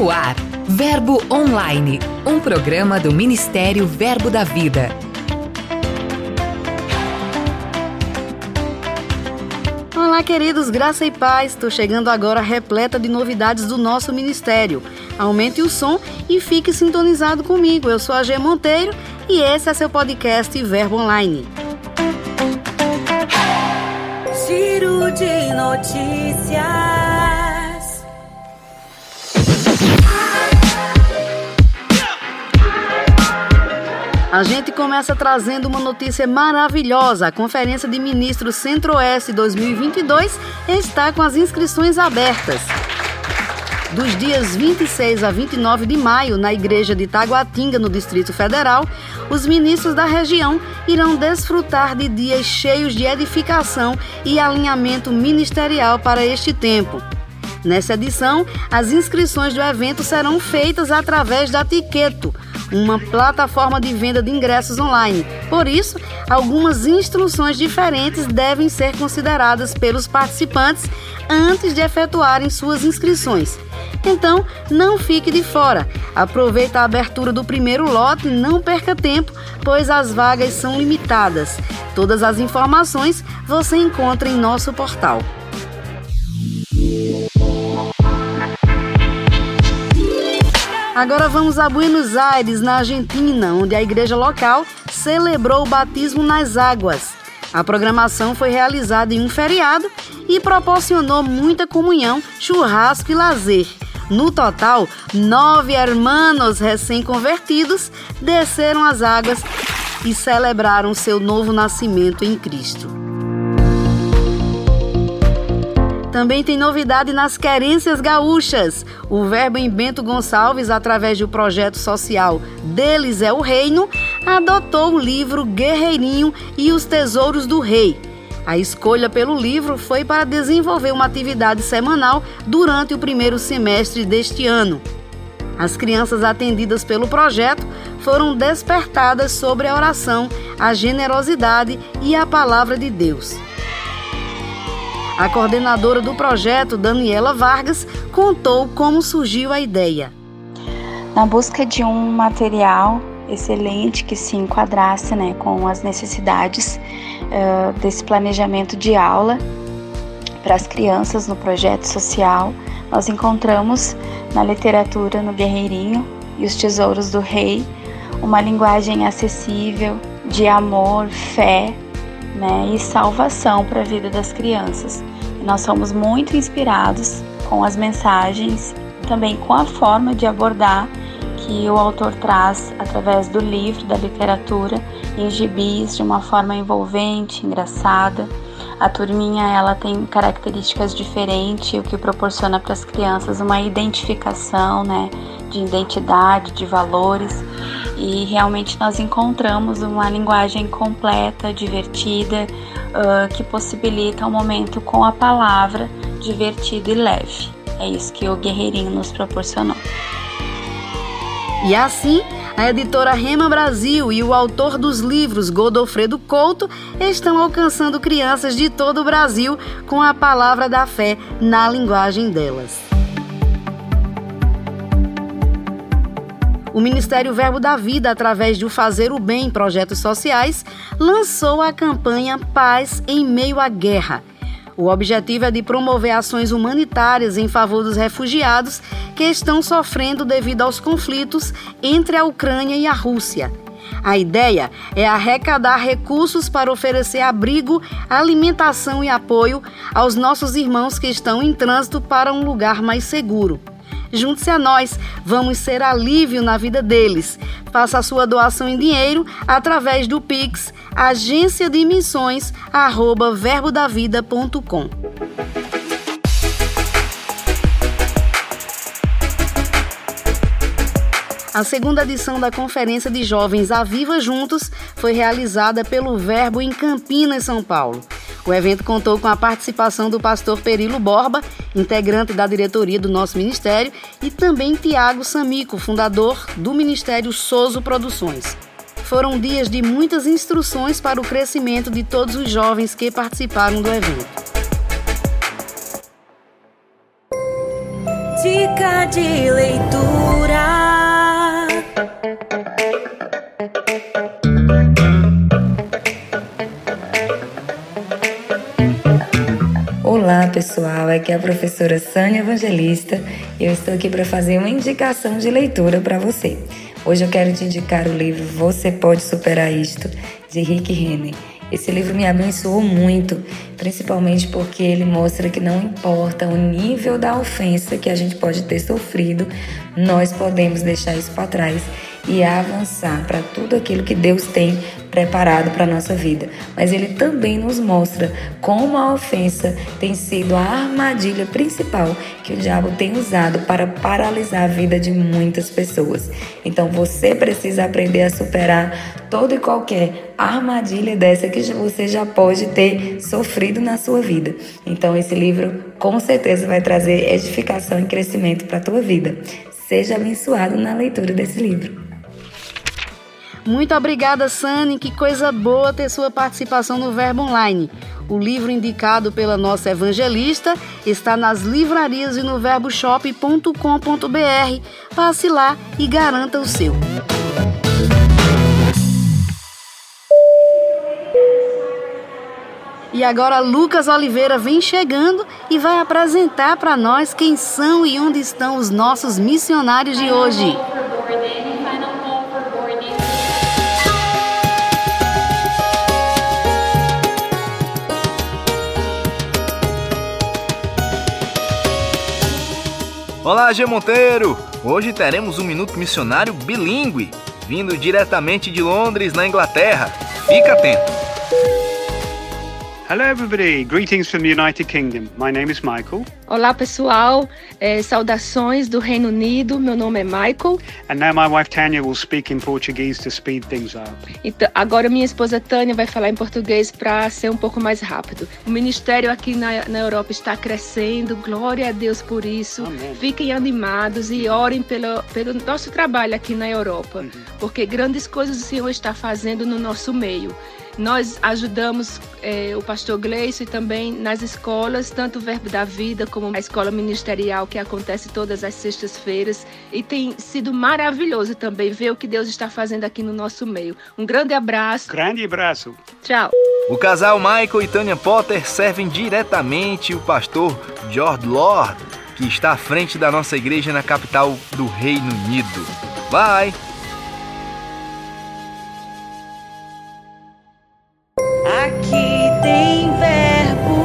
No ar, Verbo Online, um programa do Ministério Verbo da Vida. Olá, queridos, graça e paz. Estou chegando agora repleta de novidades do nosso ministério. Aumente o som e fique sintonizado comigo. Eu sou a G Monteiro e esse é seu podcast Verbo Online. Giro de notícias. A gente começa trazendo uma notícia maravilhosa. A Conferência de Ministros Centro-Oeste 2022 está com as inscrições abertas. Dos dias 26 a 29 de maio, na Igreja de Taguatinga, no Distrito Federal, os ministros da região irão desfrutar de dias cheios de edificação e alinhamento ministerial para este tempo. Nessa edição, as inscrições do evento serão feitas através da Tiqueto, uma plataforma de venda de ingressos online. Por isso, algumas instruções diferentes devem ser consideradas pelos participantes antes de efetuarem suas inscrições. Então, não fique de fora. Aproveite a abertura do primeiro lote e não perca tempo, pois as vagas são limitadas. Todas as informações você encontra em nosso portal. Agora vamos a Buenos Aires, na Argentina, onde a igreja local celebrou o batismo nas águas. A programação foi realizada em um feriado e proporcionou muita comunhão, churrasco e lazer. No total, 9 hermanos recém-convertidos desceram as águas e celebraram seu novo nascimento em Cristo. Também tem novidade nas querências gaúchas. O Verbo em Bento Gonçalves, através do projeto social Deles é o Reino, adotou o livro Guerreirinho e os Tesouros do Rei. A escolha pelo livro foi para desenvolver uma atividade semanal durante o primeiro semestre deste ano. As crianças atendidas pelo projeto foram despertadas sobre a oração, a generosidade e a palavra de Deus. A coordenadora do projeto, Daniela Vargas, contou como surgiu a ideia. Na busca de um material excelente que se enquadrasse, com as necessidades desse planejamento de aula para as crianças no projeto social, nós encontramos na literatura, no Guerreirinho e os Tesouros do Rei, uma linguagem acessível de amor, fé, e salvação para a vida das crianças. E nós somos muito inspirados com as mensagens, também com a forma de abordar que o autor traz através do livro, da literatura, em gibis, de uma forma envolvente, engraçada. A turminha, ela tem características diferentes, o que proporciona para as crianças uma identificação, de identidade, de valores. E realmente nós encontramos uma linguagem completa, divertida, que possibilita um momento com a palavra, divertido e leve. É isso que o Guerreirinho nos proporcionou. E assim, a editora Rema Brasil e o autor dos livros, Godofredo Couto, estão alcançando crianças de todo o Brasil com a palavra da fé na linguagem delas. O Ministério Verbo da Vida, através do Fazer o Bem em Projetos Sociais, lançou a campanha Paz em Meio à Guerra. O objetivo é de promover ações humanitárias em favor dos refugiados que estão sofrendo devido aos conflitos entre a Ucrânia e a Rússia. A ideia é arrecadar recursos para oferecer abrigo, alimentação e apoio aos nossos irmãos que estão em trânsito para um lugar mais seguro. Junte-se a nós, vamos ser alívio na vida deles. Faça a sua doação em dinheiro através do Pix, agenciademissões@verbodavida.com. A segunda edição da Conferência de Jovens Aviva Juntos foi realizada pelo Verbo em Campinas, São Paulo. O evento contou com a participação do pastor Perilo Borba, integrante da diretoria do nosso ministério, e também Tiago Samico, fundador do Ministério Soso Produções. Foram dias de muitas instruções para o crescimento de todos os jovens que participaram do evento. Dica de leitura. Olá pessoal, aqui é a professora Sânia Evangelista e eu estou aqui para fazer uma indicação de leitura para você. Hoje eu quero te indicar o livro Você Pode Superar Isto, de Rick Renner. Esse livro me abençoou muito, principalmente porque ele mostra que não importa o nível da ofensa que a gente pode ter sofrido, nós podemos deixar isso para trás e avançar para tudo aquilo que Deus tem preparado para a nossa vida. Mas ele também nos mostra como a ofensa tem sido a armadilha principal que o diabo tem usado para paralisar a vida de muitas pessoas. Então você precisa aprender a superar toda e qualquer armadilha dessa que você já pode ter sofrido na sua vida. Então esse livro com certeza vai trazer edificação e crescimento para a tua vida. Seja abençoado na leitura desse livro. Muito obrigada, Sani. Que coisa boa ter sua participação no Verbo Online. O livro indicado pela nossa evangelista está nas livrarias e no verboshop.com.br. Passe lá e garanta o seu. E agora Lucas Oliveira vem chegando e vai apresentar para nós quem são e onde estão os nossos missionários de hoje. Olá, G. Monteiro! Hoje teremos um Minuto Missionário bilíngue, vindo diretamente de Londres, na Inglaterra. Fica atento! Hello everybody, greetings from the United Kingdom. My name is Michael. Olá pessoal, saudações do Reino Unido, meu nome é Michael. And now my wife Tanya will speak in Portuguese to speed things up. Então, agora minha esposa Tânia vai falar em português para ser um pouco mais rápido. O ministério aqui na Europa está crescendo, glória a Deus por isso. Amém. Fiquem animados e orem pelo nosso trabalho aqui na Europa, porque grandes coisas o Senhor está fazendo no nosso meio. Nós ajudamos o pastor Gleison e também nas escolas, tanto o Verbo da Vida como a escola ministerial que acontece todas as sextas-feiras. E tem sido maravilhoso também ver o que Deus está fazendo aqui no nosso meio. Um grande abraço. Grande abraço. Tchau. O casal Michael e Tanya Potter servem diretamente o pastor George Lord, que está à frente da nossa igreja na capital do Reino Unido. Bye! Aqui tem verbo.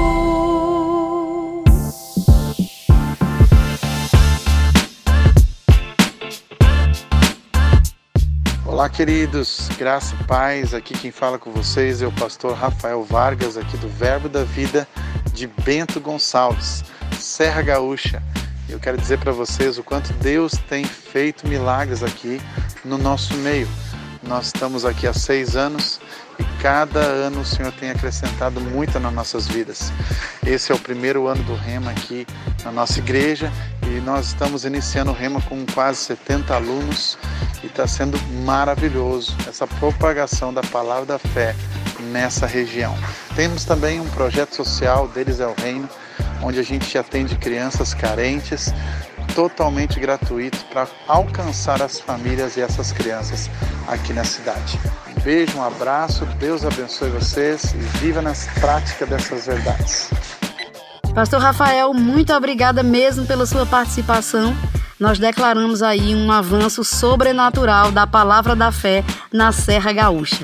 Olá, queridos, graça e paz. Aqui quem fala com vocês é o pastor Rafael Vargas, aqui do Verbo da Vida de Bento Gonçalves, Serra Gaúcha. Eu quero dizer para vocês o quanto Deus tem feito milagres aqui no nosso meio. Nós estamos aqui há 6 anos e cada ano o Senhor tem acrescentado muito nas nossas vidas. Esse é o primeiro ano do Rema aqui na nossa igreja e nós estamos iniciando o Rema com quase 70 alunos e está sendo maravilhoso essa propagação da palavra da fé nessa região. Temos também um projeto social, Deles é o Reino, onde a gente atende crianças carentes, totalmente gratuito para alcançar as famílias e essas crianças aqui na cidade. Um beijo, um abraço, Deus abençoe vocês e viva na prática dessas verdades. Pastor Rafael, muito obrigada mesmo pela sua participação. Nós declaramos aí um avanço sobrenatural da palavra da fé na Serra Gaúcha.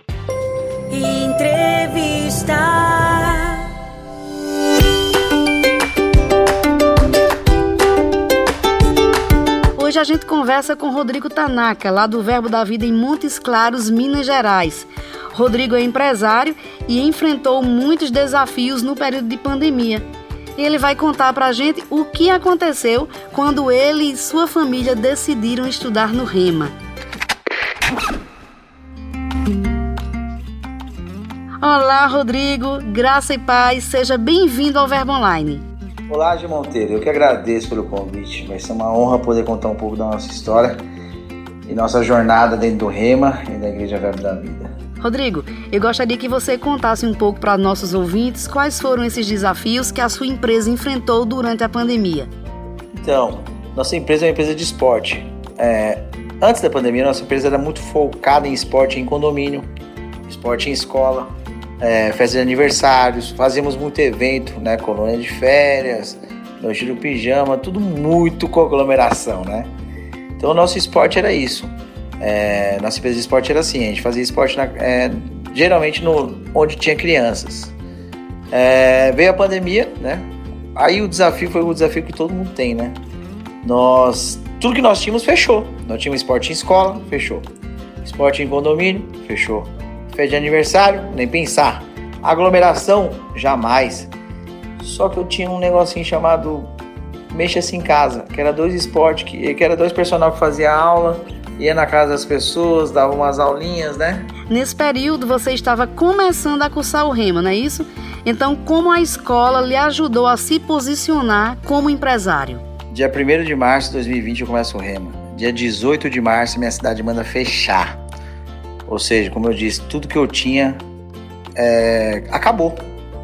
Entrevista. Hoje a gente conversa com Rodrigo Tanaka, lá do Verbo da Vida em Montes Claros, Minas Gerais. Rodrigo é empresário e enfrentou muitos desafios no período de pandemia. Ele vai contar pra gente o que aconteceu quando ele e sua família decidiram estudar no Rema. Olá, Rodrigo, graça e paz, seja bem-vindo ao Verbo Online. Olá, G. Monteiro, eu que agradeço pelo convite, vai ser uma honra poder contar um pouco da nossa história e nossa jornada dentro do Rema e da Igreja Verbo da Vida. Rodrigo, eu gostaria que você contasse um pouco para nossos ouvintes quais foram esses desafios que a sua empresa enfrentou durante a pandemia. Então, nossa empresa é uma empresa de esporte. Antes da pandemia, nossa empresa era muito focada em esporte em condomínio, esporte em escola, festa de aniversários, fazíamos muito evento, né? Colônia de férias, noite do pijama, tudo muito com aglomeração, né? Então, o nosso esporte era isso. Nossa empresa de esporte era assim, a gente fazia esporte geralmente onde tinha crianças. Veio a pandemia, né? Aí o desafio foi o desafio que todo mundo tem, né? Tudo que nós tínhamos fechou. Nós tínhamos esporte em escola, fechou. Esporte em condomínio, fechou. Festa de aniversário, nem pensar. Aglomeração, jamais. Só que eu tinha um negocinho chamado Mexa-se em Casa, que era 2 esportes, que era 2 personagens que faziam aula, ia na casa das pessoas, dava umas aulinhas, né? Nesse período você estava começando a cursar o rema, não é isso? Então, como a escola lhe ajudou a se posicionar como empresário? Dia 1º de março de 2020 eu começo o rema. Dia 18 de março minha cidade manda fechar. Ou seja, como eu disse, tudo que eu tinha acabou.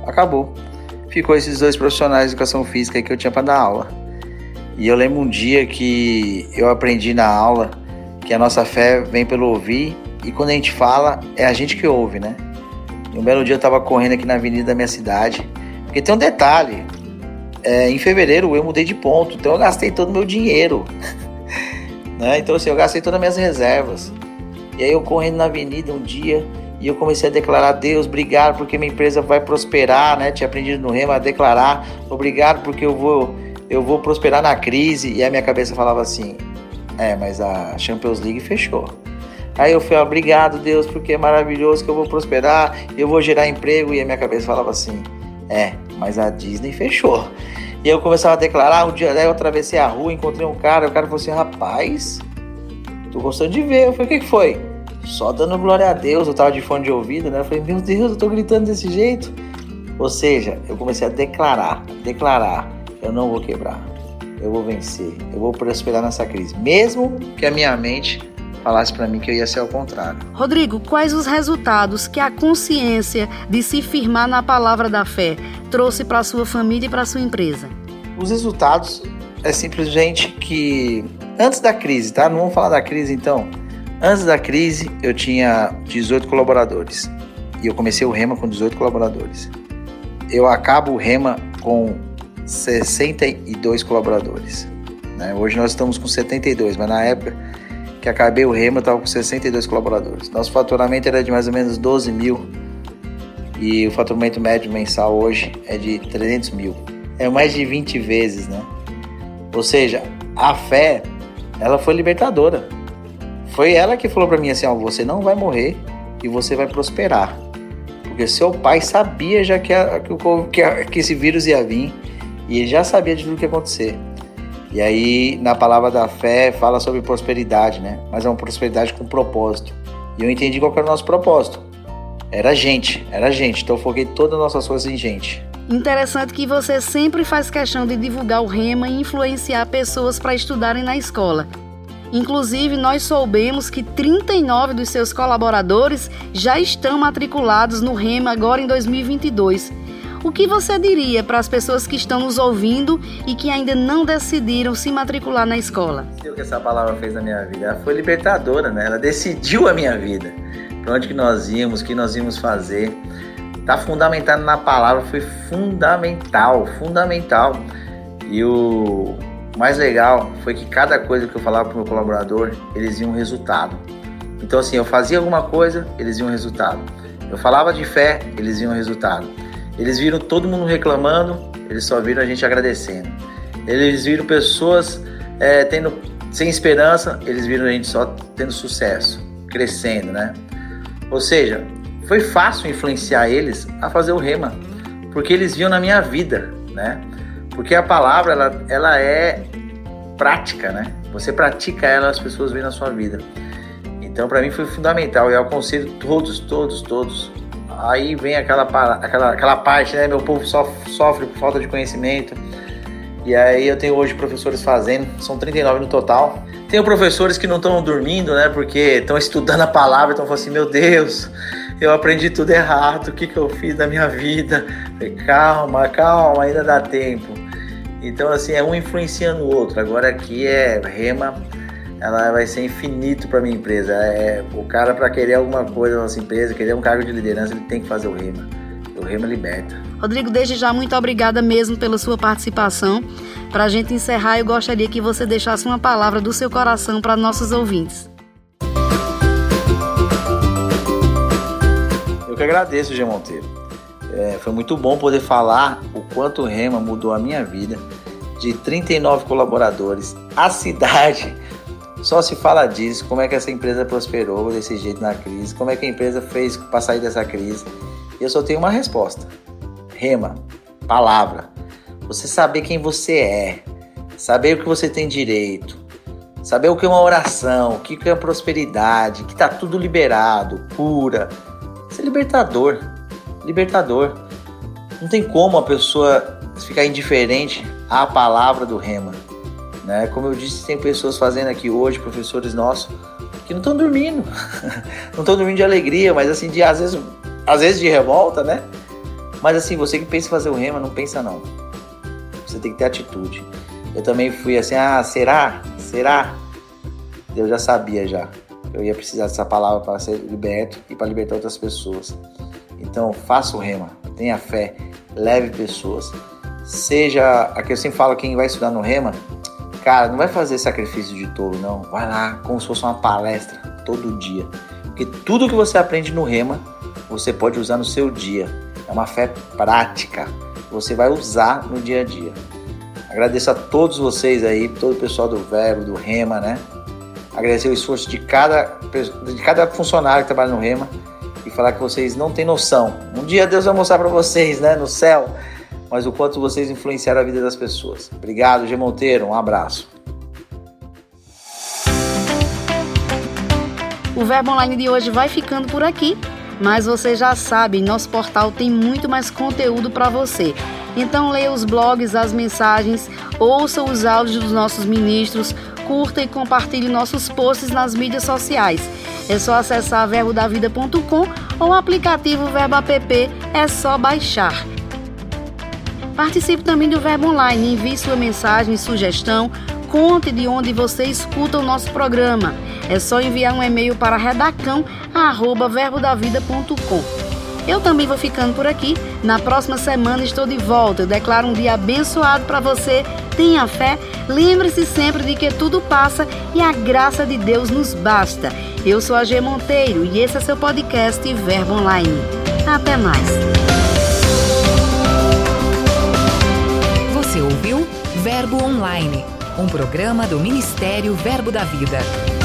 Ficou esses 2 profissionais de educação física aí que eu tinha para dar aula. E eu lembro um dia que eu aprendi na aula que a nossa fé vem pelo ouvir, e quando a gente fala, é a gente que ouve, né? E um belo dia eu estava correndo aqui na avenida da minha cidade, porque tem um detalhe, em fevereiro eu mudei de ponto, então eu gastei todo o meu dinheiro, né? Então assim, eu gastei todas as minhas reservas. E aí eu correndo na avenida um dia, e eu comecei a declarar: Deus, obrigado porque minha empresa vai prosperar, né? Tinha aprendido no rema a declarar: obrigado porque eu vou prosperar na crise. E a minha cabeça falava assim: mas a Champions League fechou. Aí eu falei: obrigado, Deus, porque é maravilhoso que eu vou prosperar, eu vou gerar emprego. E a minha cabeça falava assim: mas a Disney fechou. E eu começava a declarar. Um dia eu atravessei a rua, encontrei um cara, o cara falou assim: rapaz, tô gostando de ver. Eu falei: o que foi? Só dando glória a Deus. Eu tava de fone de ouvido, né? Eu falei: meu Deus, eu tô gritando desse jeito. Ou seja, eu comecei a declarar: eu não vou quebrar, eu vou vencer, eu vou prosperar nessa crise, mesmo que a minha mente falasse para mim que eu ia ser ao contrário. Rodrigo, quais os resultados que a consciência de se firmar na palavra da fé trouxe para sua família e para sua empresa? Os resultados é simplesmente que antes da crise, tá? Não vamos falar da crise então. Antes da crise eu tinha 18 colaboradores e eu comecei o rema com 18 colaboradores. Eu acabo o rema com 62 colaboradores, né? Hoje nós estamos com 72, mas na época que acabei o rema eu estava com 62 colaboradores. Nosso faturamento era de mais ou menos 12 mil e o faturamento médio mensal hoje é de 300 mil. É mais de 20 vezes, né? Ou seja, a fé, ela foi libertadora. Foi ela que falou para mim assim: você não vai morrer e você vai prosperar. Porque seu pai sabia já que esse vírus ia vir, e ele já sabia de tudo que ia acontecer. E aí, na palavra da fé, fala sobre prosperidade, né? Mas é uma prosperidade com propósito. E eu entendi qual era o nosso propósito. Era gente. Então eu foquei todas as nossas coisas em gente. Interessante que você sempre faz questão de divulgar o rema e influenciar pessoas para estudarem na escola. Inclusive, nós soubemos que 39 dos seus colaboradores já estão matriculados no rema agora em 2022. O que você diria para as pessoas que estão nos ouvindo e que ainda não decidiram se matricular na escola? O que essa palavra fez na minha vida? Ela foi libertadora, né? Ela decidiu a minha vida. Para onde que nós íamos, o que nós íamos fazer. Tá fundamentado na palavra, foi fundamental. E o mais legal foi que cada coisa que eu falava pro meu colaborador, eles viam um resultado. Então assim, eu fazia alguma coisa, eles viam um resultado. Eu falava de fé, eles viam um resultado. Eles viram todo mundo reclamando, eles só viram a gente agradecendo. Eles viram pessoas sem esperança, eles viram a gente só tendo sucesso, crescendo, né? Ou seja, foi fácil influenciar eles a fazer o rema, porque eles viam na minha vida, né? Porque a palavra, ela é prática, né? Você pratica ela, as pessoas veem na sua vida. Então, para mim foi fundamental. E eu aconselho todos. Aí vem aquela parte, né? Meu povo sofre por falta de conhecimento. E aí eu tenho hoje professores fazendo, são 39 no total. Tenho professores que não estão dormindo, né? Porque estão estudando a palavra, estão falando assim: meu Deus, eu aprendi tudo errado, o que eu fiz na minha vida? Falei: calma, ainda dá tempo. Então, assim, é um influenciando o outro. Agora aqui é Rema, ela vai ser infinito para minha empresa. O cara, para querer alguma coisa na nossa empresa, querer um cargo de liderança, ele tem que fazer o Rema. O Rema liberta. Rodrigo, desde já, muito obrigada mesmo pela sua participação. Para a gente encerrar, eu gostaria que você deixasse uma palavra do seu coração para nossos ouvintes. Eu que agradeço, G. Monteiro. Foi muito bom poder falar o quanto o Rema mudou a minha vida. De 39 colaboradores, a cidade só se fala disso, como é que essa empresa prosperou desse jeito na crise, como é que a empresa fez para sair dessa crise. Eu só tenho uma resposta. Rema, palavra. Você saber quem você é, saber o que você tem direito, saber o que é uma oração, o que é prosperidade, que tá tudo liberado, cura. Isso é libertador. Libertador. Não tem como a pessoa ficar indiferente à palavra do Rema, né? Como eu disse, tem pessoas fazendo aqui hoje, professores nossos, que não estão dormindo. Não estão dormindo de alegria, mas assim, às vezes de revolta, né? Mas assim, você que pensa em fazer o Rema, não pensa não. Você tem que ter atitude. Eu também fui assim, será? Eu já sabia já. Eu ia precisar dessa palavra para ser liberto e para libertar outras pessoas. Então, faça o Rema, tenha fé, leve pessoas. Seja, aqui eu sempre falo, quem vai estudar no Rema, cara, não vai fazer sacrifício de tolo, não. Vai lá como se fosse uma palestra todo dia. Porque tudo que você aprende no Rema, você pode usar no seu dia. É uma fé prática. Você vai usar no dia a dia. Agradeço a todos vocês aí, todo o pessoal do Verbo, do Rema, né? Agradecer o esforço de cada funcionário que trabalha no Rema e falar que vocês não têm noção. Um dia Deus vai mostrar para vocês, né, no céu, mas o quanto vocês influenciaram a vida das pessoas. Obrigado, G. Monteiro, um abraço. O Verbo Online de hoje vai ficando por aqui, mas você já sabe, nosso portal tem muito mais conteúdo para você. Então leia os blogs, as mensagens, ouça os áudios dos nossos ministros, curta e compartilhe nossos posts nas mídias sociais. É só acessar verbodavida.com ou o aplicativo Verbo App, é só baixar. Participe também do Verbo Online, envie sua mensagem, sugestão, conte de onde você escuta o nosso programa. É só enviar um e-mail para redação@verbodavida.com. Eu também vou ficando por aqui. Na próxima semana estou de volta. Eu declaro um dia abençoado para você. Tenha fé. Lembre-se sempre de que tudo passa e a graça de Deus nos basta. Eu sou a G. Monteiro e esse é seu podcast Verbo Online. Até mais. Você ouviu Verbo Online, um programa do Ministério Verbo da Vida.